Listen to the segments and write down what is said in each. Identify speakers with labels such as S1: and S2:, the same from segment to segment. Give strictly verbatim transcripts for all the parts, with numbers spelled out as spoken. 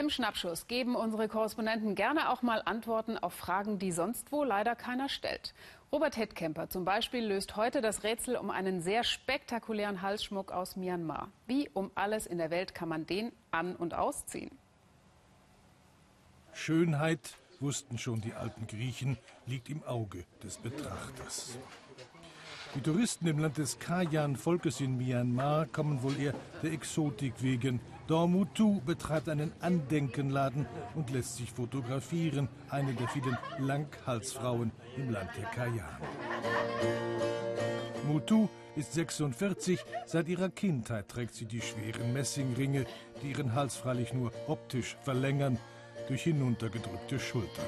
S1: Im Schnappschuss geben unsere Korrespondenten gerne auch mal Antworten auf Fragen, die sonst wo leider keiner stellt. Robert Hettkemper zum Beispiel löst heute das Rätsel um einen sehr spektakulären Halsschmuck aus Myanmar. Wie um alles in der Welt kann man den an- und ausziehen?
S2: Schönheit, wussten schon die alten Griechen, liegt im Auge des Betrachters. Die Touristen im Land des Kayan-Volkes in Myanmar kommen wohl eher der Exotik wegen. Daw Mutu betreibt einen Andenkenladen und lässt sich fotografieren, eine der vielen Langhalsfrauen im Land der Kayan. Mutu ist sechsundvierzig, seit ihrer Kindheit trägt sie die schweren Messingringe, die ihren Hals freilich nur optisch verlängern, durch hinuntergedrückte Schultern.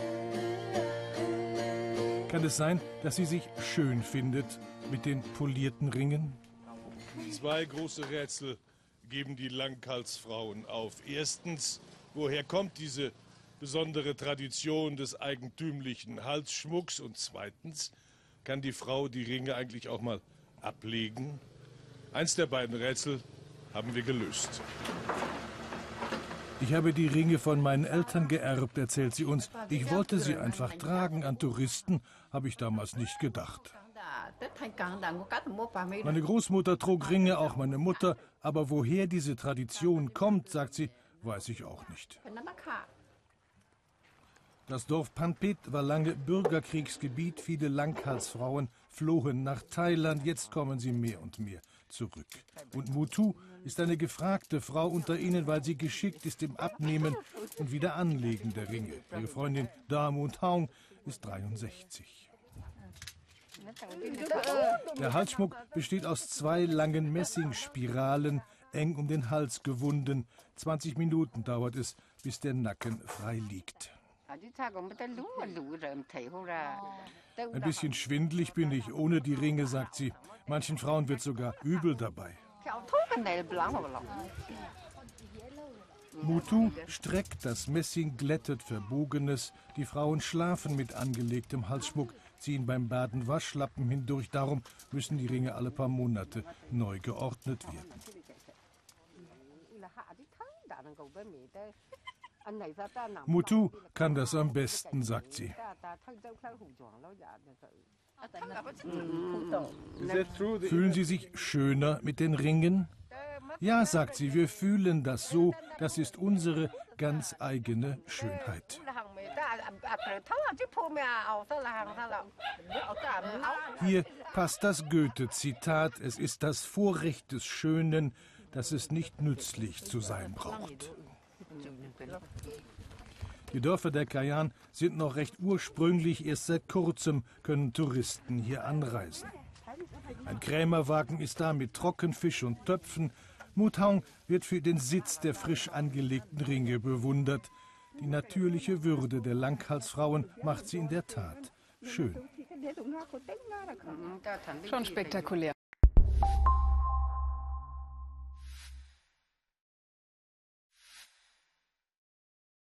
S2: Kann es sein, dass sie sich schön findet mit den polierten Ringen?
S3: Zwei große Rätsel geben die Langhalsfrauen auf. Erstens, woher kommt diese besondere Tradition des eigentümlichen Halsschmucks? Und zweitens, kann die Frau die Ringe eigentlich auch mal ablegen? Eins der beiden Rätsel haben wir gelöst.
S2: Ich habe die Ringe von meinen Eltern geerbt, erzählt sie uns. Ich wollte sie einfach tragen. An Touristen habe ich damals nicht gedacht. Meine Großmutter trug Ringe, auch meine Mutter. Aber woher diese Tradition kommt, sagt sie, weiß ich auch nicht. Das Dorf Panpet war lange Bürgerkriegsgebiet. Viele Langhalsfrauen flohen nach Thailand. Jetzt kommen sie mehr und mehr zurück. Und Mutu ist eine gefragte Frau unter ihnen, weil sie geschickt ist im Abnehmen und Wiederanlegen der Ringe. Ihre Freundin Daw Mutu ist dreiundsechzig. Der Halsschmuck besteht aus zwei langen Messingspiralen, eng um den Hals gewunden. zwanzig Minuten dauert es, bis der Nacken frei liegt. Ein bisschen schwindelig bin ich ohne die Ringe, sagt sie. Manchen Frauen wird sogar übel dabei. Mutu streckt das Messing, glättet Verbogenes. Die Frauen schlafen mit angelegtem Halsschmuck, ziehen beim Baden Waschlappen hindurch. Darum müssen die Ringe alle paar Monate neu geordnet werden. Mutu kann das am besten, sagt sie. Fühlen Sie sich schöner mit den Ringen? Ja, sagt sie, wir fühlen das so. Das ist unsere ganz eigene Schönheit. Hier passt das Goethe-Zitat. Es ist das Vorrecht des Schönen, dass es nicht nützlich zu sein braucht. Die Dörfer der Kayan sind noch recht ursprünglich. Erst seit kurzem können Touristen hier anreisen. Ein Krämerwagen ist da mit Trockenfisch und Töpfen. Mutu wird für den Sitz der frisch angelegten Ringe bewundert. Die natürliche Würde der Langhalsfrauen macht sie in der Tat schön.
S1: Schon spektakulär.